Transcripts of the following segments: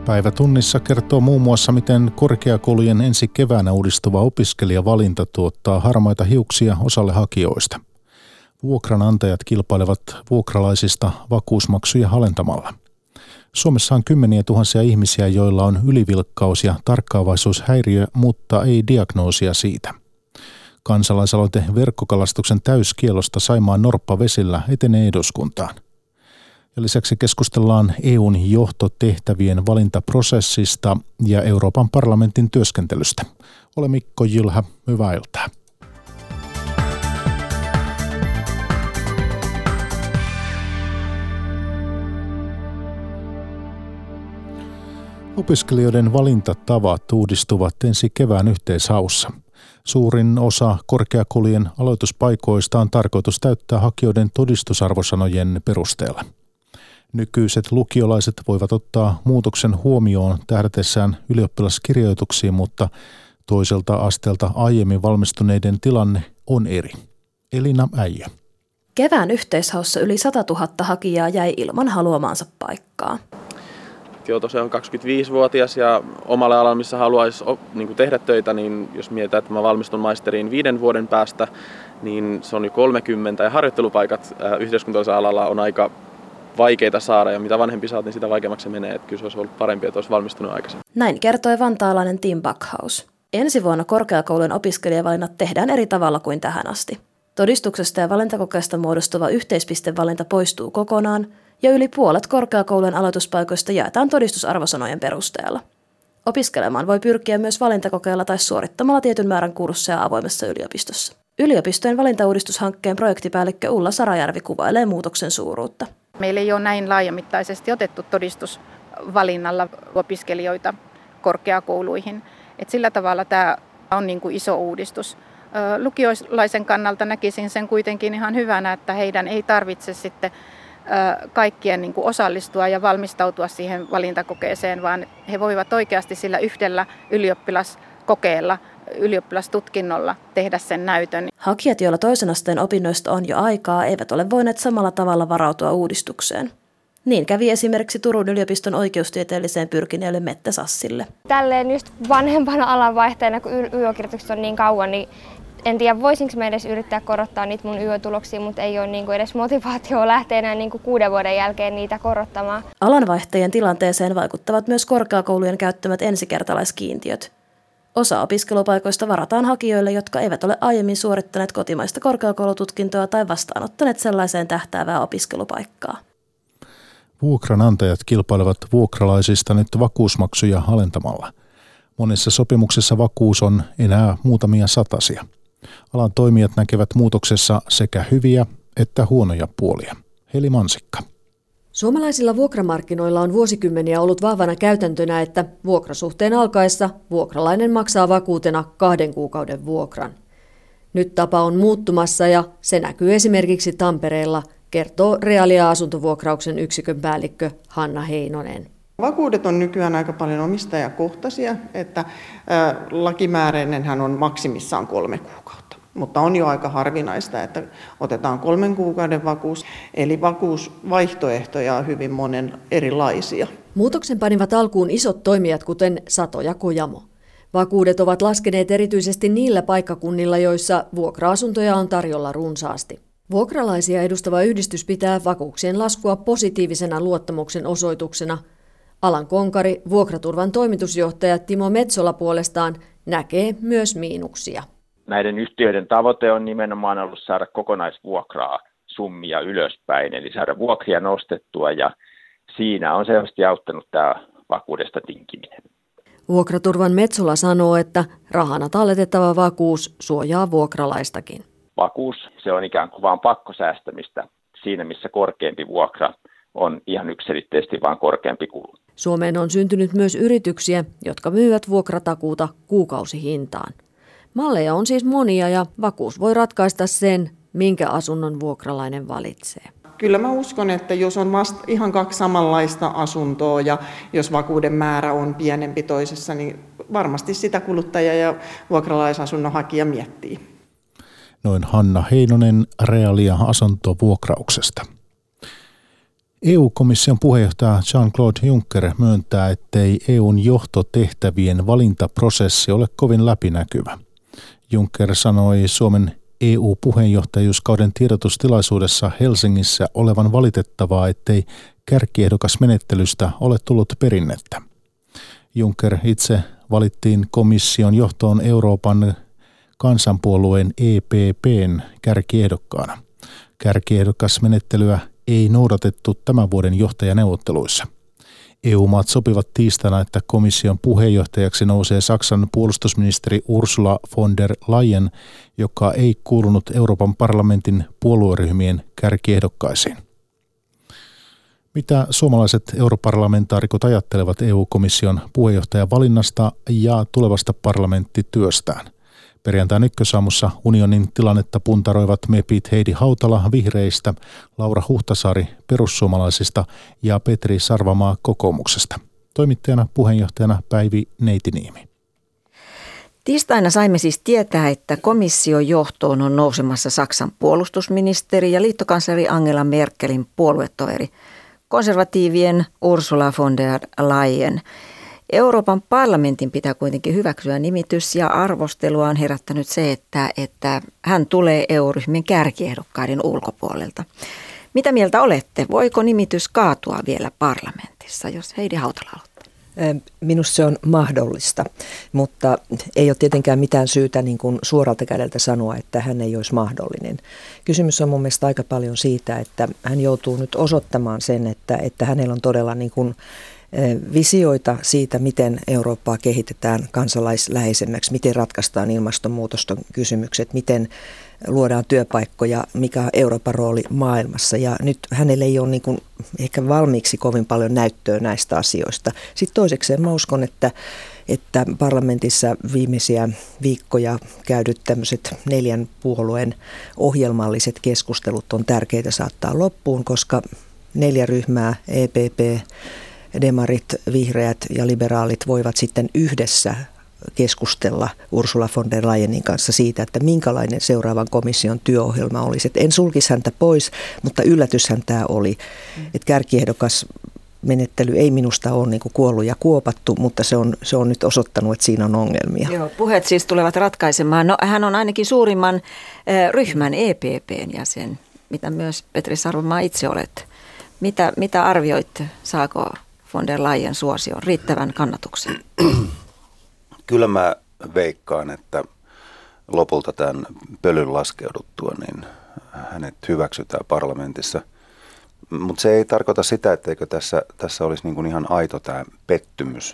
Päivätunnissa kertoo muun muassa, miten korkeakoulujen ensi keväänä uudistuva opiskelijavalinta tuottaa harmaita hiuksia osalle hakijoista. Vuokranantajat kilpailevat vuokralaisista vakuusmaksuja alentamalla. Suomessa on kymmeniä tuhansia ihmisiä, joilla on ylivilkkaus- ja tarkkaavaisuushäiriö, mutta ei diagnoosia siitä. Kansalaisaloite verkkokalastuksen täyskiellosta Saimaan norppavesillä etenee eduskuntaan. Ja lisäksi keskustellaan EU:n johtotehtävien valintaprosessista ja Euroopan parlamentin työskentelystä. Ole Mikko Jylhä, hyvää iltaa. Opiskelijoiden valintatavat uudistuvat ensi kevään yhteishaussa. Suurin osa korkeakoulujen aloituspaikoista on tarkoitus täyttää hakijoiden todistusarvosanojen perusteella. Nykyiset lukiolaiset voivat ottaa muutoksen huomioon tähdätessään ylioppilaskirjoituksiin, mutta toiselta asteelta aiemmin valmistuneiden tilanne on eri. Elina Äijä. Kevään yhteishaussa yli 100 000 hakijaa jäi ilman haluamaansa paikkaa. Joo, tosiaan 25-vuotias ja omalle alalle, missä haluaisi tehdä töitä, niin jos mietitään, että mä valmistun maisteriin 5 vuoden päästä, niin se on jo 30 ja harjoittelupaikat yhteiskunnallisella alalla on aika vaikeita saada ja mitä vanhempi saat, niin sitä vaikeammaksi se menee. Että kyllä se olisi ollut parempi, että olisi valmistunut aikaisemmin. Näin kertoi vantaalainen Tim Backhaus. Ensi vuonna korkeakoulujen opiskelijavalinnat tehdään eri tavalla kuin tähän asti. Todistuksesta ja valintakokeesta muodostuva yhteispistevalinta poistuu kokonaan ja yli puolet korkeakoulujen aloituspaikoista jaetaan todistusarvosanojen perusteella. Opiskelemaan voi pyrkiä myös valintakokeella tai suorittamalla tietyn määrän kursseja avoimessa yliopistossa. Yliopistojen valintauudistushankkeen projektipäällikkö Ulla Sarajärvi kuvailee muutoksen suuruutta. Meillä ei ole näin laajamittaisesti otettu todistusvalinnalla opiskelijoita korkeakouluihin. Et sillä tavalla tämä on iso uudistus. Lukiolaisen kannalta näkisin sen kuitenkin ihan hyvänä, että heidän ei tarvitse sitten kaikkien osallistua ja valmistautua siihen valintakokeeseen, vaan he voivat oikeasti sillä yhdellä ylioppilaskokeella, ylioppilastutkinnolla tehdä sen näytön. Hakijat, joilla toisen asteen opinnoista on jo aikaa, eivät ole voineet samalla tavalla varautua uudistukseen. Niin kävi esimerkiksi Turun yliopiston oikeustieteelliseen pyrkineelle Mette Sassille. Tälleen just vanhempana alanvaihtajana, kun YÖ-kirjoitukset on niin kauan, niin en tiedä voisinko mä edes yrittää korottaa niitä mun YÖ-tuloksia, mutta ei ole edes motivaatio lähteä enää 6 vuoden jälkeen niitä korottamaan. Alanvaihtajien tilanteeseen vaikuttavat myös korkeakoulujen käyttämät ensikertalaiskiintiöt. Osa opiskelupaikoista varataan hakijoille, jotka eivät ole aiemmin suorittaneet kotimaista korkeakoulututkintoa tai vastaanottaneet sellaiseen tähtäävää opiskelupaikkaa. Vuokranantajat kilpailevat vuokralaisista nyt vakuusmaksuja alentamalla. Monissa sopimuksissa vakuus on enää muutamia satasia. Alan toimijat näkevät muutoksessa sekä hyviä että huonoja puolia. Heli Mansikka. Suomalaisilla vuokramarkkinoilla on vuosikymmeniä ollut vahvana käytäntönä, että vuokrasuhteen alkaessa vuokralainen maksaa vakuutena 2 kuukauden vuokran. Nyt tapa on muuttumassa ja se näkyy esimerkiksi Tampereella, kertoo Realia asuntovuokrauksen yksikön päällikkö Hanna Heinonen. Vakuudet on nykyään aika paljon omistajakohtaisia, että lakimääräinenhän on maksimissaan 3 kuukautta. Mutta on jo aika harvinaista, että otetaan 3 kuukauden vakuus, eli vakuusvaihtoehtoja on hyvin monen erilaisia. Muutoksen panivat alkuun isot toimijat, kuten Sato ja Kojamo. Vakuudet ovat laskeneet erityisesti niillä paikkakunnilla, joissa vuokra-asuntoja on tarjolla runsaasti. Vuokralaisia edustava yhdistys pitää vakuuksien laskua positiivisena luottamuksen osoituksena. Alan konkari, vuokraturvan toimitusjohtaja Timo Metsola puolestaan näkee myös miinuksia. Näiden yhtiöiden tavoite on nimenomaan ollut saada kokonaisvuokraa summia ylöspäin, eli saada vuokria nostettua ja siinä on selvästi auttanut tämä vakuudesta tinkiminen. Vuokraturvan Metsola sanoo, että rahana talletettava vakuus suojaa vuokralaistakin. Vakuus, se on ikään kuin vain pakkosäästämistä siinä, missä korkeampi vuokra on ihan yksiselitteisesti vain korkeampi kulu. Suomeen on syntynyt myös yrityksiä, jotka myyvät vuokratakuuta kuukausihintaan. Malleja on siis monia ja vakuus voi ratkaista sen, minkä asunnon vuokralainen valitsee. Kyllä mä uskon, että jos on ihan 2 samanlaista asuntoa ja jos vakuuden määrä on pienempi toisessa, niin varmasti sitä kuluttaja ja vuokralaisasunnon hakija miettii. Noin Hanna Heinonen Realia asuntovuokrauksesta. EU-komission puheenjohtaja Jean-Claude Juncker myöntää, ettei EUn johtotehtävien valintaprosessi ole kovin läpinäkyvä. Juncker sanoi Suomen EU-puheenjohtajuuskauden tiedotustilaisuudessa Helsingissä olevan valitettavaa, ettei kärkiehdokasmenettelystä ole tullut perinnettä. Juncker itse valittiin komission johtoon Euroopan kansanpuolueen EPP:n kärkiehdokkaana. Kärkiehdokasmenettelyä ei noudatettu tämän vuoden johtajaneuvotteluissa. EU-maat sopivat tiistaina, että komission puheenjohtajaksi nousee Saksan puolustusministeri Ursula von der Leyen, joka ei kuulunut Euroopan parlamentin puolueryhmien kärkiehdokkaisiin. Mitä suomalaiset europarlamentaarikot ajattelevat EU-komission puheenjohtajan valinnasta ja tulevasta parlamenttityöstään? Perjantain ykkösaamussa unionin tilannetta puntaroivat mepit Heidi Hautala vihreistä, Laura Huhtasaari perussuomalaisista ja Petri Sarvamaa kokoomuksesta. Toimittajana puheenjohtajana Päivi Neitiniemi. Tiistaina saimme siis tietää, että komission johtoon on nousemassa Saksan puolustusministeri ja liittokansleri Angela Merkelin puoluetoveri, konservatiivien Ursula von der Leyen. Euroopan parlamentin pitää kuitenkin hyväksyä nimitys ja arvostelua on herättänyt se, että hän tulee EU-ryhmien kärkiehdokkaiden ulkopuolelta. Mitä mieltä olette? Voiko nimitys kaatua vielä parlamentissa, jos Heidi Hautala aloittaa? Minusta se on mahdollista, mutta ei ole tietenkään mitään syytä niin kuin suoralta kädeltä sanoa, että hän ei olisi mahdollinen. Kysymys on mun mielestä aika paljon siitä, että hän joutuu nyt osoittamaan sen, että hänellä on todella niin kuin visioita siitä, miten Eurooppaa kehitetään kansalaisläheisemmäksi, miten ratkaistaan ilmastonmuutoston kysymykset, miten luodaan työpaikkoja, mikä on Euroopan rooli maailmassa. Ja nyt hänellä ei ole niin kuin ehkä valmiiksi kovin paljon näyttöä näistä asioista. Sitten toisekseen mä uskon, että parlamentissa viimeisiä viikkoja käydyt tämmöiset 4 puolueen ohjelmalliset keskustelut on tärkeitä saattaa loppuun, koska 4 ryhmää, EPP, demarit, vihreät ja liberaalit voivat sitten yhdessä keskustella Ursula von der Leyenin kanssa siitä, että minkälainen seuraavan komission työohjelma olisi. En sulkisi häntä pois, mutta yllätyshän tämä oli. Että kärkiehdokas menettely ei minusta ole niin kuin kuollut ja kuopattu, mutta se on nyt osoittanut, että siinä on ongelmia. Joo, puheet siis tulevat ratkaisemaan. No, hän on ainakin suurimman ryhmän EPPn jäsen, mitä myös Petri Sarvamaa itse olet. Mitä arvioit, saako von der Leyen suosion riittävän kannatuksen? Kyllä mä veikkaan, että lopulta tämän pölyn laskeuduttua, niin hänet hyväksytään parlamentissa. Mutta se ei tarkoita sitä, etteikö tässä olisi niin kuin ihan aito tämä pettymys.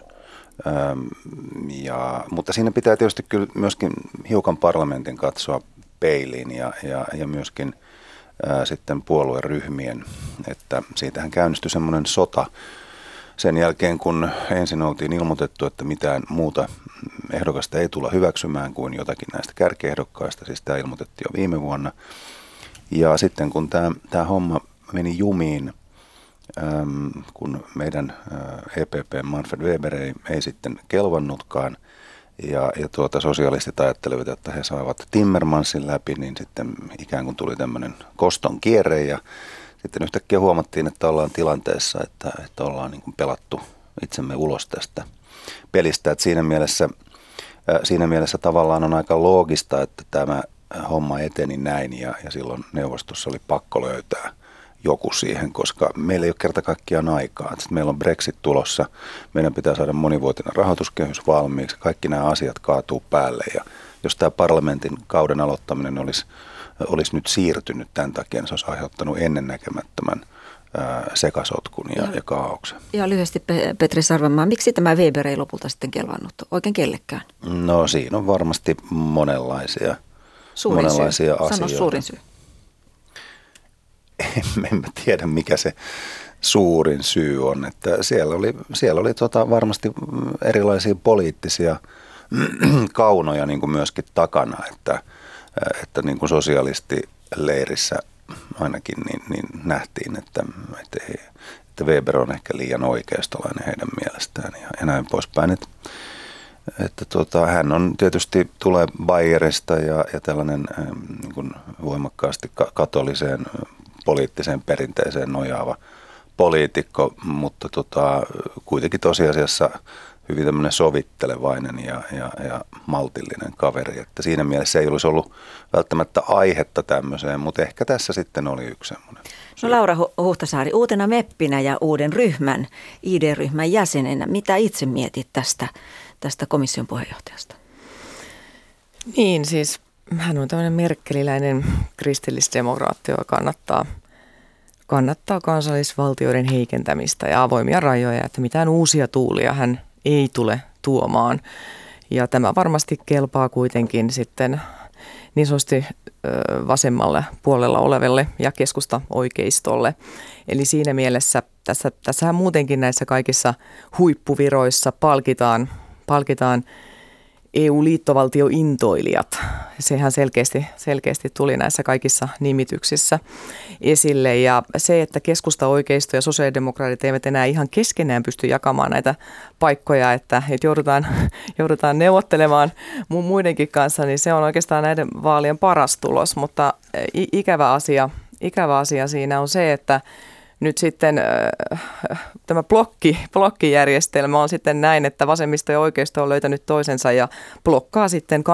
Mutta siinä pitää tietysti kyllä myöskin hiukan parlamentin katsoa peiliin ja myöskin sitten puolueryhmien, että siitähän käynnistyi semmoinen sota sen jälkeen, kun ensin oltiin ilmoitettu, että mitään muuta ehdokasta ei tulla hyväksymään kuin jotakin näistä kärkiehdokkaista, siis tämä ilmoitettiin jo viime vuonna. Ja sitten kun tämä homma meni jumiin, kun meidän EPP Manfred Weber ei sitten kelvannutkaan, ja sosialistit ajattelivat, että he saavat Timmermansin läpi, niin sitten ikään kuin tuli tämmöinen koston kierre ja sitten yhtäkkiä huomattiin, että ollaan tilanteessa, että ollaan niin kuin pelattu itsemme ulos tästä pelistä. Että siinä mielessä tavallaan on aika loogista, että tämä homma eteni näin ja silloin neuvostossa oli pakko löytää joku siihen, koska meillä ei ole kerta kaikkiaan aikaa. Sitten meillä on Brexit tulossa, meidän pitää saada monivuotinen rahoituskehys valmiiksi, kaikki nämä asiat kaatuu päälle ja jos tämä parlamentin kauden aloittaminen olisi nyt siirtynyt tämän takia, niin se olisi aiheuttanut ennennäkemättömän sekasotkun ja kaaoksen. Ja lyhyesti Petri Sarvamaa, miksi tämä Weber ei lopulta sitten kelvannut oikein kellekään? No siinä on varmasti monenlaisia asioita. Sano suurin syy. En mä tiedä, mikä se suurin syy on. Että siellä oli varmasti erilaisia poliittisia kaunoja niin kuin myöskin takana, että niin kuin sosialistileirissä ainakin niin nähtiin, että Weber on ehkä liian oikeistolainen heidän mielestään ja näin poispäin. Että hän on tietysti tulee Bayerista ja tällainen niin kuin voimakkaasti katoliseen poliittiseen perinteeseen nojaava poliitikko, mutta kuitenkin tosiasiassa hyvin tämmöinen sovittelevainen ja maltillinen kaveri, että siinä mielessä ei olisi ollut välttämättä aihetta tämmöiseen, mutta ehkä tässä sitten oli yksi semmoinen. No Laura Huhtasaari, uutena meppinä ja uuden ryhmän, ID-ryhmän jäsenenä, mitä itse mietit tästä komission puheenjohtajasta? Niin, siis hän on tämmöinen merkkeliläinen kristillisdemokraatti, joka kannattaa kansallisvaltioiden heikentämistä ja avoimia rajoja, että mitään uusia tuulia hän ei tule tuomaan. Ja tämä varmasti kelpaa kuitenkin sitten niin sanotusti vasemmalle puolella olevelle ja keskusta oikeistolle. Eli siinä mielessä tässähän muutenkin näissä kaikissa huippuviroissa palkitaan EU-liittovaltiointoilijat. Sehän selkeästi tuli näissä kaikissa nimityksissä esille. Ja se, että keskusta, oikeisto ja sosiaalidemokraatit eivät enää ihan keskenään pysty jakamaan näitä paikkoja, että joudutaan neuvottelemaan muidenkin kanssa, niin se on oikeastaan näiden vaalien paras tulos. Mutta ikävä asia siinä on se, että nyt sitten tämä blokkijärjestelmä on sitten näin, että vasemmisto ja oikeisto on löytänyt toisensa ja blokkaa sitten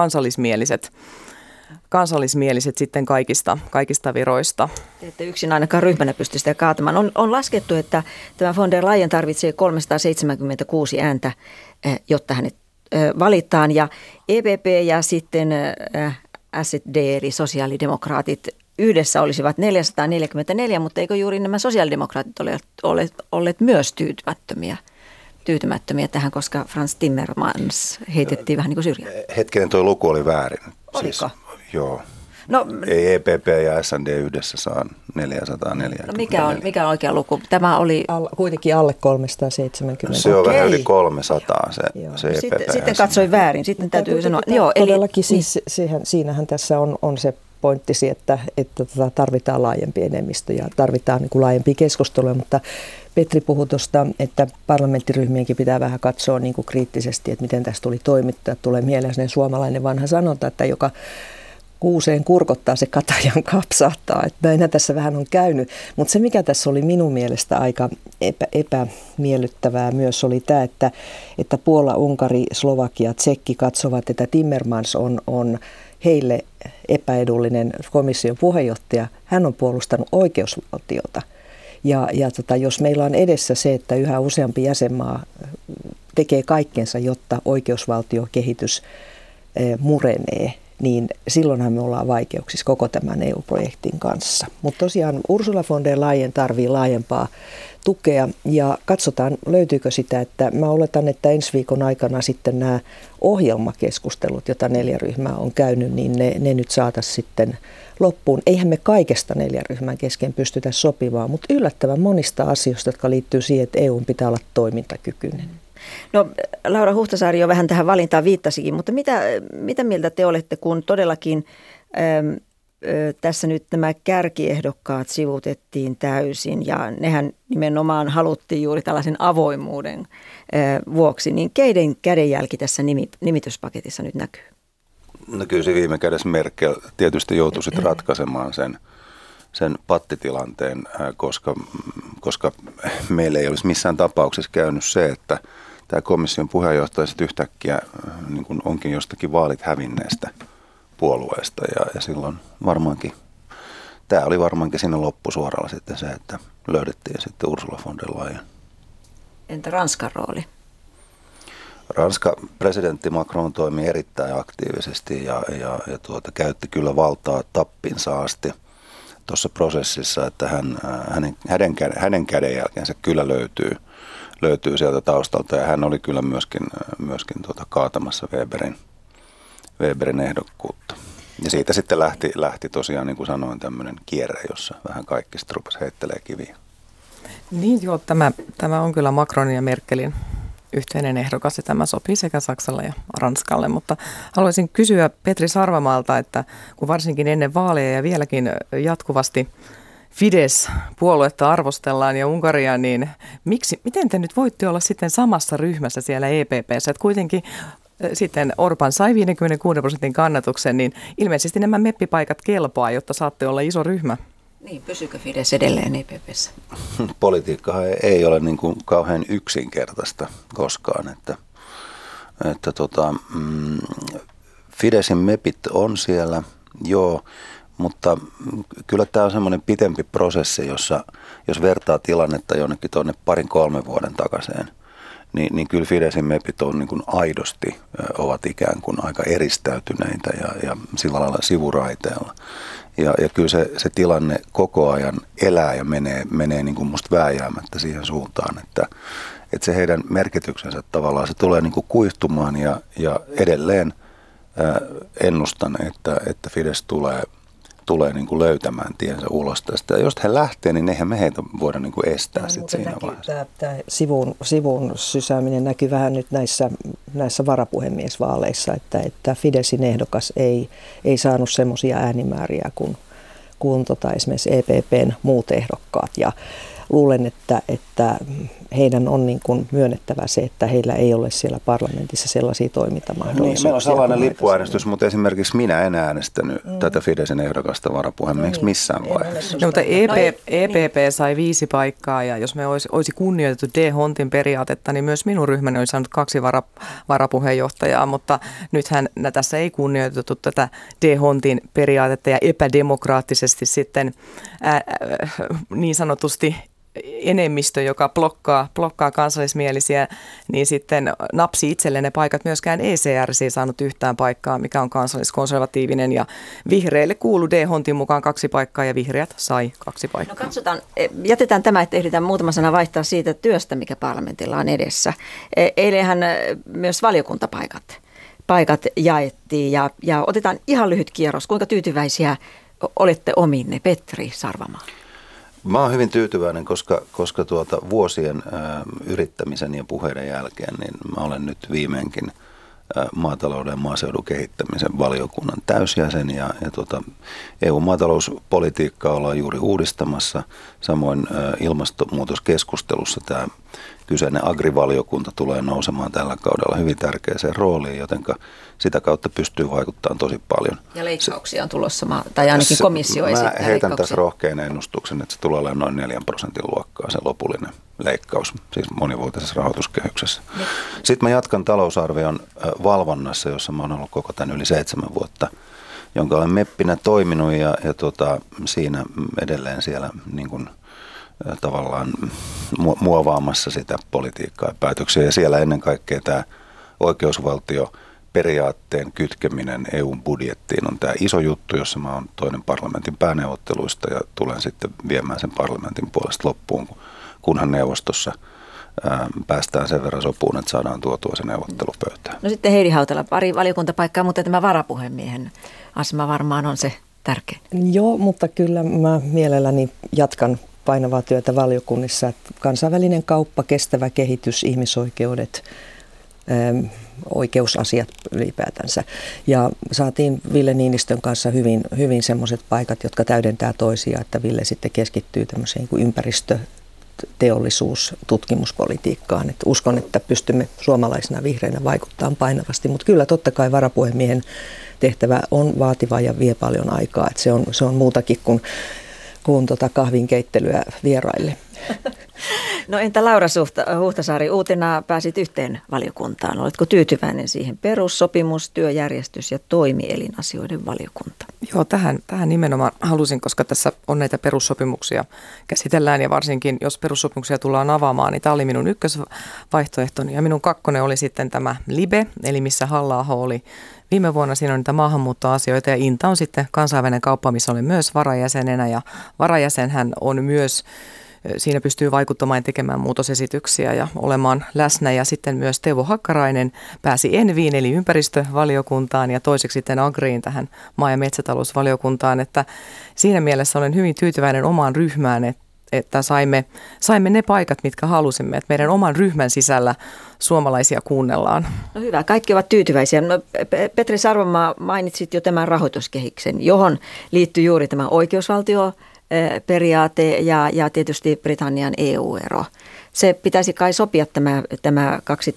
kansallismieliset sitten kaikista viroista. Että yksin ainakaan ryhmänä pysty sitä kaatamaan. On laskettu, että tämä von der Leyen tarvitsee 376 ääntä, jotta hänet valitaan. Ja EPP ja sitten SD eli sosiaalidemokraatit yhdessä olisivat 444, mutta eikö juuri nämä sosiaalidemokraatit ole olleet myös tyytymättömiä tähän, koska Frans Timmermans heitettiin vähän niin kuin syrjään? Hetkinen, tuo luku oli väärin. Oliko? Siis, joo. No, ei EPP ja SND yhdessä saa 404. No mikä on oikea luku? Tämä oli kuitenkin alle 370. Se on vähän yli 300 se EPP. Sitten katsoin väärin. Sitten täytyy sanoa. Joo, todellakin siis siinähän tässä on se pointtisi, että tarvitaan laajempi enemmistö ja tarvitaan niin kuin laajempia keskusteluja, mutta Petri puhui tuosta, että parlamenttiryhmienkin pitää vähän katsoa niin kuin kriittisesti, että miten tässä tuli toimittaa. Tulee mieleen sellainen suomalainen vanha sanonta, että joka kuuseen kurkottaa, se katajan kapsahtaa. Että näinhän tässä vähän on käynyt. Mutta se, mikä tässä oli minun mielestä aika epämiellyttävää myös, oli tämä, että Puola, Unkari, Slovakia, Tsekki katsovat, että Timmermans on heille epäedullinen komission puheenjohtaja. Hän on puolustanut oikeusvaltiota. Ja jos meillä on edessä se, että yhä useampi jäsenmaa tekee kaikkensa, jotta oikeusvaltiokehitys murenee, niin silloinhan me ollaan vaikeuksissa koko tämän EU-projektin kanssa. Mutta tosiaan Ursula von der Leyen tarvii laajempaa tukea ja katsotaan löytyykö sitä, että mä oletan, että ensi viikon aikana sitten nämä ohjelmakeskustelut, joita 4 ryhmää on käynyt, niin ne nyt saataisiin sitten loppuun. Eihän me kaikesta 4 ryhmän kesken pystytä sopimaan, mutta yllättävän monista asioista, jotka liittyy siihen, että EUn pitää olla toimintakykyinen. No Laura Huhtasaari jo vähän tähän valintaan viittasikin, mutta mitä mieltä te olette, kun todellakin tässä nyt nämä kärkiehdokkaat sivutettiin täysin ja nehän nimenomaan haluttiin juuri tällaisen avoimuuden vuoksi, niin keiden kädenjälki tässä nimityspaketissa nyt näkyy? No kyllä se viime kädessä Merkel tietysti joutui sitten ratkaisemaan sen pattitilanteen, koska meillä ei olisi missään tapauksessa käynyt se, että tämä komission puheenjohtaja sitten yhtäkkiä niin kuin onkin jostakin vaalit hävinneestä puolueesta ja silloin tämä oli varmaankin siinä loppusuoralla sitten se, että löydettiin sitten Ursula von der Leyen. Entä Ranskan rooli? Ranska presidentti Macron toimi erittäin aktiivisesti ja käytti kyllä valtaa tappinsa asti tuossa prosessissa, että hänen kädenjälkeensä kyllä löytyy sieltä taustalta ja hän oli kyllä myöskin kaatamassa Weberin ehdokkuutta. Ja siitä sitten lähti tosiaan, niin kuin sanoin, tämmöinen kierre, jossa vähän kaikki sitten rupesi heittelemään kiviä. Niin joo, tämä on kyllä Macronin ja Merkelin yhteinen ehdokas ja tämä sopii sekä Saksalle ja Ranskalle, mutta haluaisin kysyä Petri Sarvamaalta, että kun varsinkin ennen vaaleja ja vieläkin jatkuvasti Fidesz-puoluetta arvostellaan ja Unkaria, niin miten te nyt voitte olla sitten samassa ryhmässä siellä EPP:ssä, että kuitenkin sitten Orban sai 56% kannatuksen, niin ilmeisesti nämä meppipaikat kelpaa, jotta saatte olla iso ryhmä. Niin, pysyykö Fidesz edelleen EPP:ssä? Politiikkahan ei ole niin kuin kauhean yksinkertaista koskaan, että Fideszin mepit on siellä, joo, mutta kyllä tämä on semmoinen pitempi prosessi, jossa jos vertaa tilannetta jonnekin tuonne 2-3 vuoden takaiseen, niin kyllä Fideszin mepit on niin kuin aidosti ovat ikään kuin aika eristäytyneitä ja sillä lailla sivuraiteella. Ja kyllä se tilanne koko ajan elää ja menee niin kuin musta vääjäämättä siihen suuntaan, että se heidän merkityksensä tavallaan se tulee niin kuin kuihtumaan ja edelleen ennustan, että Fidesz tulee niin kuin löytämään tiensä ulos tästä. Ja jos he lähtee, niin eihän me heitä voida niin kuin estää siinä vaiheessa. Tämä sivun sysääminen näkyy vähän nyt näissä varapuhemiesvaaleissa, että Fideszin ehdokas ei saanut semmoisia äänimääriä kuin esimerkiksi EPPn muut ehdokkaat. Ja luulen, että heidän on niin kuin myönnettävä se, että heillä ei ole siellä parlamentissa sellaisia toimintamahdollisuuksia. Niin, meillä on salainen lippuäänestys, mutta esimerkiksi minä en äänestänyt tätä Fideszin ehdokasta varapuhemieksi missään vaiheessa. No, mutta EPP sai 5 paikkaa ja jos me olisi kunnioitettu D-Hontin periaatetta, niin myös minun ryhmäni olisi saanut 2 varapuheenjohtajaa, mutta nythän tässä ei kunnioitettu tätä D-Hontin periaatetta ja epädemokraattisesti sitten niin sanotusti enemmistö, joka blokkaa kansallismielisiä, niin sitten napsi itselleen ne paikat. Myöskään ECR ei saanut yhtään paikkaa, mikä on kansalliskonservatiivinen, ja vihreille kuului D-Hontin mukaan 2 paikkaa ja vihreät sai 2 paikkaa. No katsotaan, jätetään tämä, että ehditään muutama sana vaihtaa siitä työstä, mikä parlamentilla on edessä. Eilenhän myös valiokuntapaikat jaettiin ja otetaan ihan lyhyt kierros. Kuinka tyytyväisiä olette ominne, Petri Sarvamaa? Mä oon hyvin tyytyväinen, koska vuosien yrittämisen ja puheiden jälkeen, niin mä olen nyt viimeinkin maatalouden ja maaseudun kehittämisen valiokunnan täysjäsen ja EU-maatalouspolitiikkaa ollaan juuri uudistamassa. Samoin ilmastonmuutoskeskustelussa tämä kyseinen agrivaliokunta tulee nousemaan tällä kaudella hyvin tärkeäseen rooliin, jotenka sitä kautta pystyy vaikuttamaan tosi paljon. Ja leikkauksia on tulossa, tai ainakin komissio esittää leikkauksia. Mä heitän tässä rohkean ennustuksen, että se tulee olemaan noin 4% luokkaa se lopullinen leikkaus, siis monivuotisessa rahoituskehyksessä. Sitten mä jatkan talousarvion valvonnassa, jossa mä oon ollut koko tämän yli 7 vuotta, jonka olen meppinä toiminut ja siinä edelleen siellä niin kuin tavallaan muovaamassa sitä politiikkaa ja päätöksiä. Ja siellä ennen kaikkea tämä oikeusvaltioperiaatteen kytkeminen EUn budjettiin on tämä iso juttu, jossa mä oon toinen parlamentin pääneuvotteluista ja tulen sitten viemään sen parlamentin puolesta loppuun, kunhan neuvostossa päästään sen verran sopuun, että saadaan tuotua se neuvottelupöytään. No sitten Heidi Hautala, pari valiokuntapaikkaa, mutta tämä varapuhemiehen asema varmaan on se tärkein. Joo, mutta kyllä mä mielelläni jatkan painavaa työtä valiokunnissa, että kansainvälinen kauppa, kestävä kehitys, ihmisoikeudet, oikeusasiat ylipäätänsä. Ja saatiin Ville Niinistön kanssa hyvin semmoiset paikat, jotka täydentää toisiaan, että Ville sitten keskittyy tämmöiseen kuin ympäristö, teollisuus, tutkimuspolitiikkaan. Että uskon, että pystymme suomalaisina vihreinä vaikuttamaan painavasti, mutta kyllä totta kai varapuhemiehen tehtävä on vaativa ja vie paljon aikaa. Että se on muutakin kuin kahvinkeittelyä vieraille. No entä Laura Huhtasaari, uutena pääsit yhteen valiokuntaan. Oletko tyytyväinen siihen? Perussopimus, työjärjestys ja toimielinasioiden valiokunta. Joo, tähän nimenomaan halusin, koska tässä on näitä perussopimuksia käsitellään ja varsinkin jos perussopimuksia tullaan avaamaan, niin tämä oli minun ykkösvaihtoehtoni ja minun kakkonen oli sitten tämä LIBE, eli missä Halla-aho oli viime vuonna. Siinä on niitä maahanmuuttoasioita ja INTA on sitten kansainvälinen kauppa, missä olen myös varajäsenenä ja varajäsenhän on myös, siinä pystyy vaikuttamaan ja tekemään muutosesityksiä ja olemaan läsnä. Ja sitten myös Teuvo Hakkarainen pääsi ENViin eli ympäristövaliokuntaan ja toiseksi sitten Agriin tähän maa- ja metsätalousvaliokuntaan. Että siinä mielessä olen hyvin tyytyväinen omaan ryhmään, että saimme ne paikat, mitkä halusimme, että meidän oman ryhmän sisällä suomalaisia kuunnellaan. No hyvä, kaikki ovat tyytyväisiä. No, Petri Sarvamaa, mainitsit jo tämän rahoituskehiksen, johon liittyy juuri tämä oikeusvaltio periaate ja tietysti Britannian EU-ero. Se pitäisi kai sopia tämä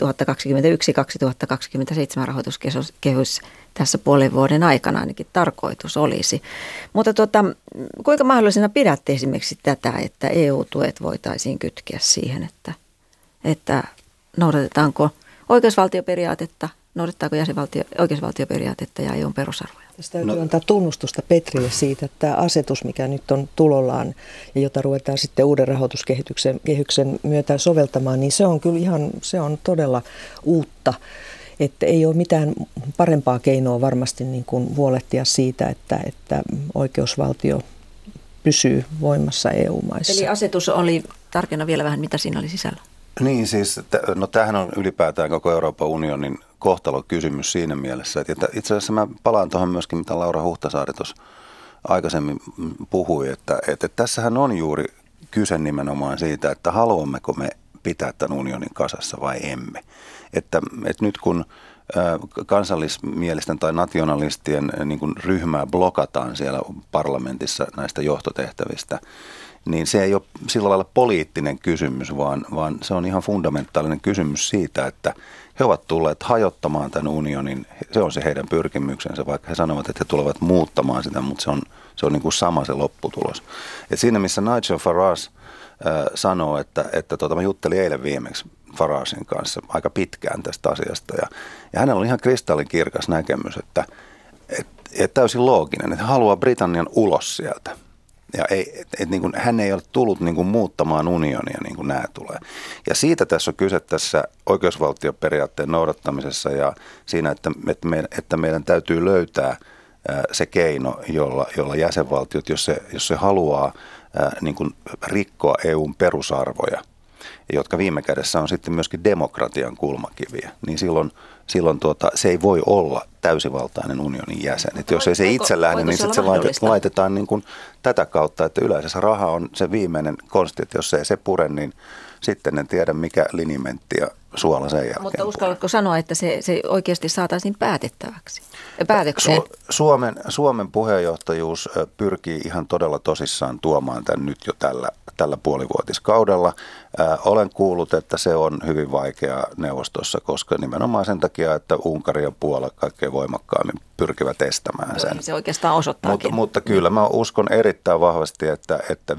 2021-2027 rahoituskehys tässä puolen vuoden aikana ainakin tarkoitus olisi. Mutta kuinka mahdollisena pidätte esimerkiksi tätä, että EU-tuet voitaisiin kytkeä siihen, että noudatetaanko oikeusvaltioperiaatetta, noudattaako oikeusvaltioperiaatetta ja EUn perusarvoja? Tästä täytyy antaa tunnustusta Petrille siitä, että tämä asetus, mikä nyt on tulollaan ja jota ruvetaan sitten uuden rahoituskehyksen myötä soveltamaan, niin se on kyllä se on todella uutta. Että ei ole mitään parempaa keinoa varmasti niin kuin huolehtia siitä, että oikeusvaltio pysyy voimassa EU-maissa. Eli asetus oli, tarkenna vielä vähän, mitä siinä oli sisällä. Niin siis, tämähän on ylipäätään koko Euroopan unionin kohtalokysymys siinä mielessä, että itse asiassa mä palaan tuohon myöskin, mitä Laura Huhtasaari tuossa aikaisemmin puhui, että tässähän on juuri kyse nimenomaan siitä, että haluammeko me pitää tämän unionin kasassa vai emme. Että nyt kun kansallismielisten tai nationalistien niin kuin ryhmää blokataan siellä parlamentissa näistä johtotehtävistä, niin se ei ole sillä lailla poliittinen kysymys, vaan se on ihan fundamentaalinen kysymys siitä, että he ovat tulleet hajottamaan tämän unionin. Se on se heidän pyrkimyksensä, vaikka he sanovat, että he tulevat muuttamaan sitä, mutta se on niin kuin sama se lopputulos. Et siinä missä Nigel Farage sanoo, että mä juttelin eilen viimeksi Faragen kanssa aika pitkään tästä asiasta ja hänellä on ihan kristallinkirkas näkemys, että täysin looginen, että haluaa Britannian ulos sieltä. Ja niin kuin, hän ei ole tullut niin kuin muuttamaan unionia niin kuin nämä tulee. Ja siitä tässä on kyse tässä oikeusvaltioperiaatteen noudattamisessa ja siinä, että meidän täytyy löytää se keino, jolla jäsenvaltiot, jos se haluaa niin kuin rikkoa EUn perusarvoja, jotka viime kädessä on sitten myöskin demokratian kulmakiviä, niin silloin se ei voi olla täysivaltainen unionin jäsen. Että jos ei se itse lähde, niin sitten se laitetaan niin kuin tätä kautta, että yleensä se raha on se viimeinen konsti, että jos ei se pure, niin sitten en tiedä mikä linimentti ja suola sen jälkeen. Mutta uskallatko sanoa, että se oikeasti saataisiin päätettäväksi? Päätökseen? Suomen puheenjohtajuus pyrkii ihan todella tosissaan tuomaan tämän nyt jo tällä puolivuotiskaudella. Olen kuullut, että se on hyvin vaikea neuvostossa, koska nimenomaan sen takia, että Unkari ja Puola kaikkein voimakkaammin pyrkivät estämään sen. Se oikeastaan osoittaakin. Mutta kyllä mä uskon erittäin vahvasti, että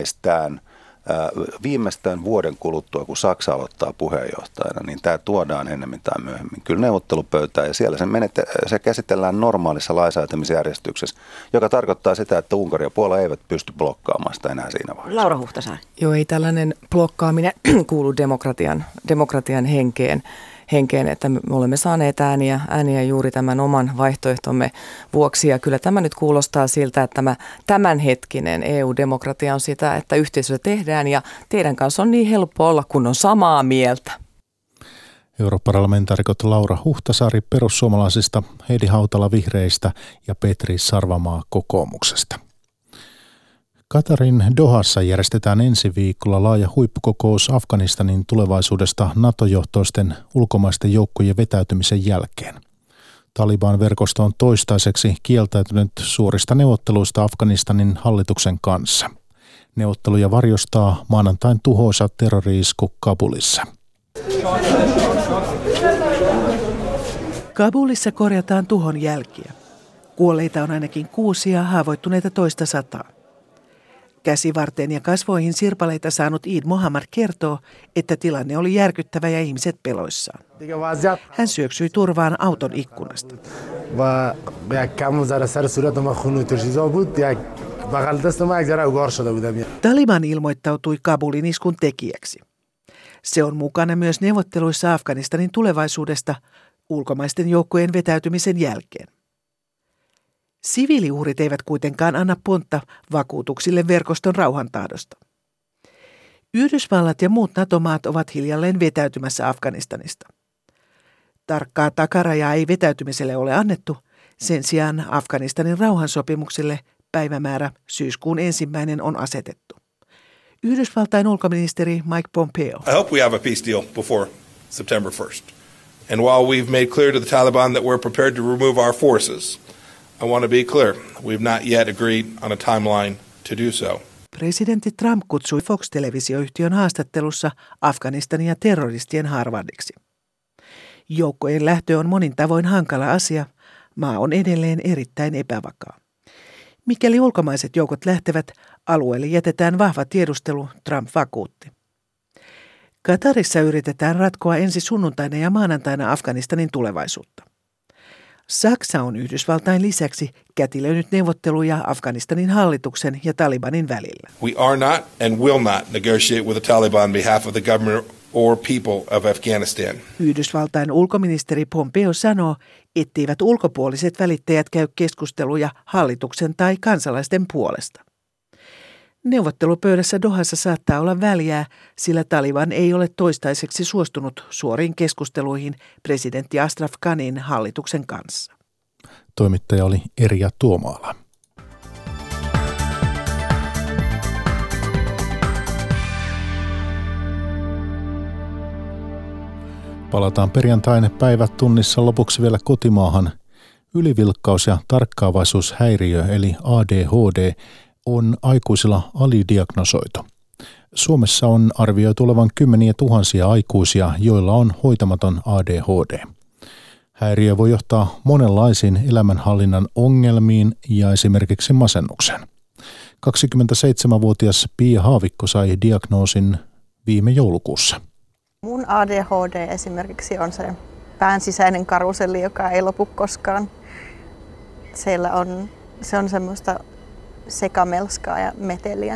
viimeistään vuoden kuluttua, kun Saksa aloittaa puheenjohtajana, niin tämä tuodaan enemmän tai myöhemmin kyllä neuvottelupöytään ja siellä se käsitellään normaalissa lainsäätämisjärjestyksessä, joka tarkoittaa sitä, että Unkari ja Puola eivät pysty blokkaamaan sitä enää siinä vaiheessa. Laura Huhtasaari. Joo, ei tällainen blokkaaminen kuulu demokratian henkeen, että me olemme saaneet ääniä juuri tämän oman vaihtoehtomme vuoksi. Ja kyllä tämä nyt kuulostaa siltä, että tämä tämänhetkinen EU-demokratia on sitä, että yhteisöä tehdään ja teidän kanssa on niin helppo olla, kun on samaa mieltä. Europarlamentaarikot Laura Huhtasaari perussuomalaisista, Heidi Hautala vihreistä ja Petri Sarvamaa kokoomuksesta. Katarin Dohassa järjestetään ensi viikolla laaja huippukokous Afganistanin tulevaisuudesta NATO-johtoisten ulkomaisten joukkojen vetäytymisen jälkeen. Taliban-verkosto on toistaiseksi kieltäytynyt suorista neuvotteluista Afganistanin hallituksen kanssa. Neuvotteluja varjostaa maanantain tuhoisa terrori-isku Kabulissa. Kabulissa korjataan tuhon jälkiä. Kuolleita on ainakin 6 ja haavoittuneita toista 100. Käsivarteen ja kasvoihin sirpaleita saanut Eid Mohammad kertoo, että tilanne oli järkyttävä ja ihmiset peloissaan. Hän syöksyi turvaan auton ikkunasta. Taliban ilmoittautui Kabulin iskun tekijäksi. Se on mukana myös neuvotteluissa Afganistanin tulevaisuudesta ulkomaisten joukkojen vetäytymisen jälkeen. Siviiliuhrit eivät kuitenkaan anna pontta vakuutuksille verkoston rauhantahdosta. Yhdysvallat ja muut NATO-maat ovat hiljalleen vetäytymässä Afganistanista. Tarkkaa takarajaa ei vetäytymiselle ole annettu, sen sijaan Afganistanin rauhansopimuksille päivämäärä syyskuun 1. on asetettu. Yhdysvaltain ulkoministeri Mike Pompeo. I hope we have a peace deal before September 1st. And while we've made clear to the Taliban that we're prepared to remove our forces, I want to be clear, we've not yet agreed on a timeline to do so. Presidentti Trump kutsui Fox-televisioyhtiön haastattelussa Afganistania terroristien Harvardiksi. Joukkojen lähtö on monin tavoin hankala asia. Maa on edelleen erittäin epävakaa. Mikäli ulkomaiset joukot lähtevät, alueelle jätetään vahva tiedustelu, Trump vakuutti. Katarissa yritetään ratkoa ensi sunnuntaina ja maanantaina Afganistanin tulevaisuutta. Saksa on Yhdysvaltain lisäksi kätilöinyt neuvotteluja Afganistanin hallituksen ja Talibanin välillä. We are not and will not negotiate with the Taliban on behalf of the government or people of Afghanistan. Yhdysvaltain ulkoministeri Pompeo sanoo, etteivät ulkopuoliset välittäjät käy keskusteluja hallituksen tai kansalaisten puolesta. Neuvottelupöydässä Dohassa saattaa olla väljää, sillä Taliban ei ole toistaiseksi suostunut suoriin keskusteluihin presidentti Ashraf Ghanin hallituksen kanssa. Toimittaja oli Erja Tuomaala. Palataan perjantain päivät tunnissa lopuksi vielä kotimaahan. Ylivilkkaus- ja tarkkaavaisuushäiriö eli ADHD on aikuisilla alidiagnosoitu. Suomessa on arvioitu olevan kymmeniä tuhansia aikuisia, joilla on hoitamaton ADHD. Häiriö voi johtaa monenlaisiin elämänhallinnan ongelmiin ja esimerkiksi masennukseen. 27-vuotias Pia Haavikko sai diagnoosin viime joulukuussa. Mun ADHD esimerkiksi on se pään sisäinen karuselli, joka ei lopu koskaan. Se on semmoista sekamelskaa ja meteliä,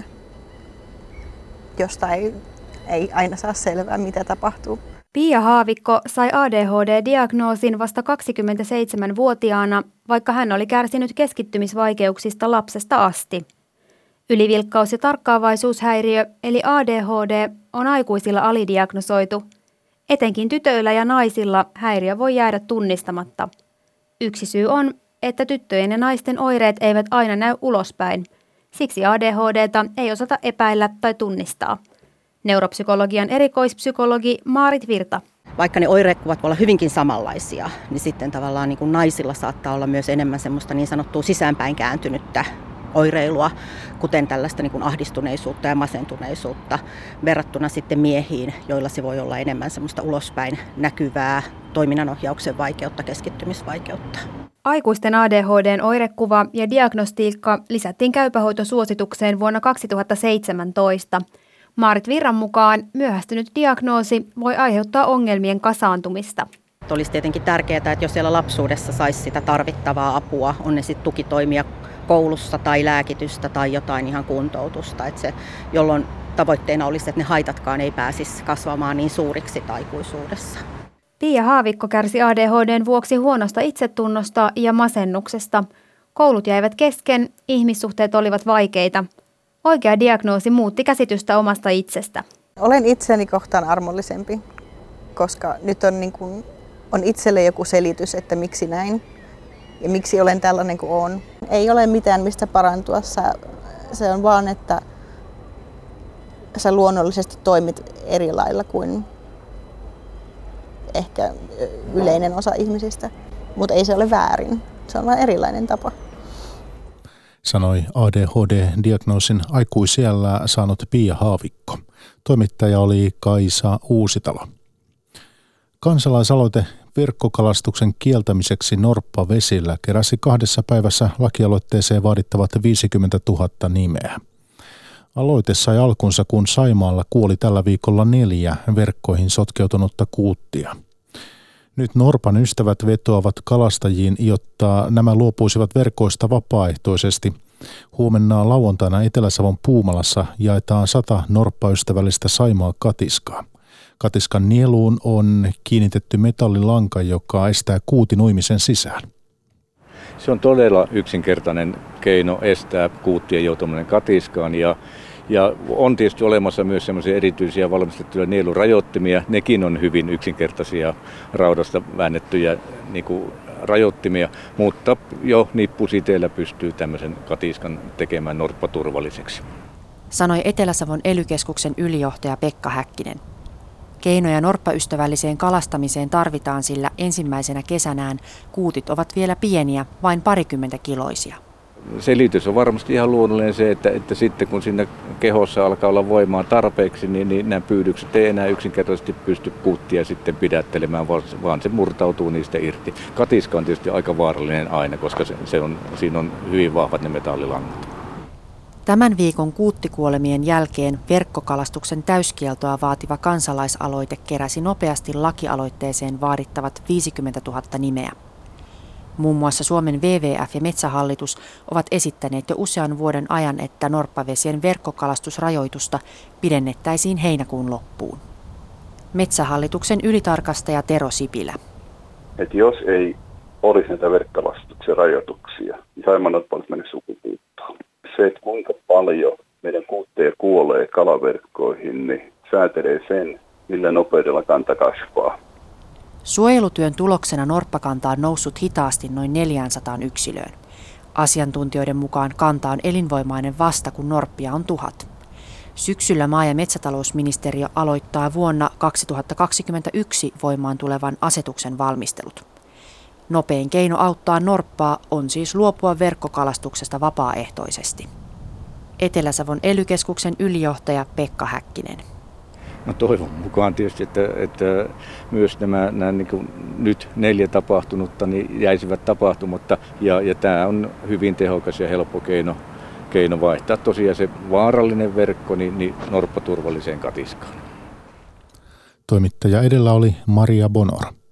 josta ei aina saa selvää, mitä tapahtuu. Pia Haavikko sai ADHD-diagnoosin vasta 27-vuotiaana, vaikka hän oli kärsinyt keskittymisvaikeuksista lapsesta asti. Ylivilkkaus- ja tarkkaavaisuushäiriö eli ADHD on aikuisilla alidiagnosoitu. Etenkin tytöillä ja naisilla häiriö voi jäädä tunnistamatta. Yksi syy on, että tyttöjen ja naisten oireet eivät aina näy ulospäin. Siksi ADHD:ta ei osata epäillä tai tunnistaa. Neuropsykologian erikoispsykologi Maarit Virta. Vaikka ne oirekuvat voi olla hyvinkin samanlaisia, niin sitten tavallaan niin kuin naisilla saattaa olla myös enemmän semmoista niin sanottua sisäänpäin kääntynyttä oireilua, kuten tällaista niin kuin ahdistuneisuutta ja masentuneisuutta, verrattuna sitten miehiin, joilla se voi olla enemmän semmoista ulospäin näkyvää toiminnanohjauksen vaikeutta, keskittymisvaikeutta. Aikuisten ADHD:n oirekuva ja diagnostiikka lisättiin käypähoitosuositukseen vuonna 2017. Maarit Virran mukaan myöhästynyt diagnoosi voi aiheuttaa ongelmien kasaantumista. Olisi tietenkin tärkeää, että jos siellä lapsuudessa saisi sitä tarvittavaa apua, on ne sitten tukitoimia koulussa tai lääkitystä tai jotain ihan kuntoutusta, että se, jolloin tavoitteena olisi, että ne haitatkaan ei pääsisi kasvamaan niin suuriksi aikuisuudessa. Pia Haavikko kärsi ADHD:n vuoksi huonosta itsetunnosta ja masennuksesta. Koulut jäivät kesken, ihmissuhteet olivat vaikeita. Oikea diagnoosi muutti käsitystä omasta itsestä. Olen itseni kohtaan armollisempi, koska nyt on itselle joku selitys, että miksi näin ja miksi olen tällainen kuin olen. Ei ole mitään mistä parantua, se on vaan, että sä luonnollisesti toimit eri lailla kuin ehkä yleinen osa ihmisistä, mutta ei se ole väärin, se on vain erilainen tapa. Sanoi ADHD-diagnoosin aikuisiällä saanut Pia Haavikko. Toimittaja oli Kaisa Uusitalo. Kansalaisaloite verkkokalastuksen kieltämiseksi norppavesillä keräsi 2 päivässä lakialoitteeseen vaadittavat 50 000 nimeä. Aloite sai alkunsa, kun Saimaalla kuoli tällä viikolla 4 verkkoihin sotkeutunutta kuuttia. Nyt norpan ystävät vetoavat kalastajiin, jotta nämä luopuisivat verkoista vapaaehtoisesti. Huomenna lauantaina Etelä-Savon Puumalassa jaetaan 100 norppaystävällistä Saimaa katiskaa. Katiskan nieluun on kiinnitetty metallilanka, joka estää kuutin uimisen sisään. Se on todella yksinkertainen keino estää kuuttien joutuminen katiskaan ja on tietysti olemassa myös sellaisia erityisiä valmistettuja nielurajoittimia. Nekin on hyvin yksinkertaisia raudasta väännettyjä rajoittimia, mutta jo nippusiteellä pystyy tämmöisen katiskan tekemään norppaturvalliseksi. Sanoi Etelä-Savon ELY-keskuksen ylijohtaja Pekka Häkkinen. Keinoja norppaystävälliseen kalastamiseen tarvitaan, sillä ensimmäisenä kesänään kuutit ovat vielä pieniä, vain 20 kiloisia. selitys on varmasti ihan luonnollinen se, että sitten kun siinä kehossa alkaa olla voimaa tarpeeksi, niin nämä pyydykset ei enää yksinkertaisesti pysty kuuttia sitten pidättelemään, vaan se murtautuu niistä irti. Katiska on tietysti aika vaarallinen aine, koska siinä on hyvin vahvat ne metallilangat. Tämän viikon kuuttikuolemien jälkeen verkkokalastuksen täyskieltoa vaativa kansalaisaloite keräsi nopeasti lakialoitteeseen vaadittavat 50 000 nimeä. Muun muassa Suomen WWF ja Metsähallitus ovat esittäneet jo usean vuoden ajan, että norppavesien verkkokalastusrajoitusta pidennettäisiin heinäkuun loppuun. Metsähallituksen ylitarkastaja Tero Sipilä. Että jos ei olisi näitä verkkokalastuksen rajoituksia, niin saimaannorppa olisi mennyt sukupuuttoon. Se, että kuinka paljon meidän kuutteja kuolee kalaverkkoihin, niin säätelee sen, millä nopeudella kanta kasvaa. Suojelutyön tuloksena norppakanta on noussut hitaasti noin 400 yksilöön. Asiantuntijoiden mukaan kanta on elinvoimainen vasta, kun norppia on 1000. Syksyllä maa- ja metsätalousministeriö aloittaa vuonna 2021 voimaan tulevan asetuksen valmistelut. Nopein keino auttaa norppaa on siis luopua verkkokalastuksesta vapaaehtoisesti. Etelä-Savon ELY-keskuksen ylijohtaja Pekka Häkkinen. No toivon mukaan tietysti, että myös nämä niin kuin nyt 4 tapahtunutta niin jäisivät tapahtumatta. Ja tämä on hyvin tehokas ja helppo keino vaihtaa tosiaan se vaarallinen verkko niin norppaturvalliseen katiskaan. Toimittaja edellä oli Maria Bonor.